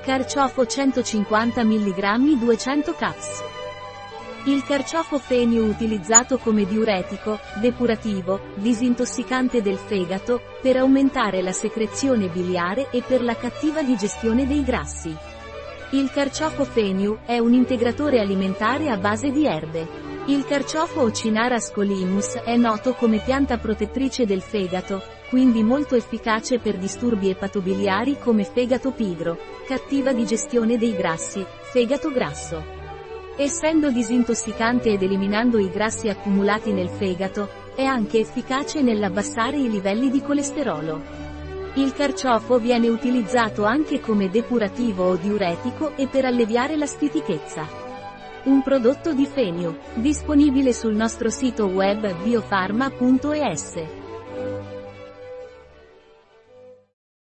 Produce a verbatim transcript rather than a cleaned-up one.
Carciofo centocinquanta milligrammi duecento caps. Il carciofo fenio utilizzato come diuretico, depurativo, disintossicante del fegato, per aumentare la secrezione biliare e per la cattiva digestione dei grassi. Il carciofo fenio è un integratore alimentare a base di erbe. Il carciofo Ochinara scolymus è noto come pianta protettrice del fegato, quindi molto efficace per disturbi epatobiliari come fegato pigro, cattiva digestione dei grassi, fegato grasso. Essendo disintossicante ed eliminando i grassi accumulati nel fegato, è anche efficace nell'abbassare i livelli di colesterolo. Il carciofo viene utilizzato anche come depurativo o diuretico e per alleviare la stitichezza. Un prodotto di Fenio, disponibile sul nostro sito web biofarma punto es.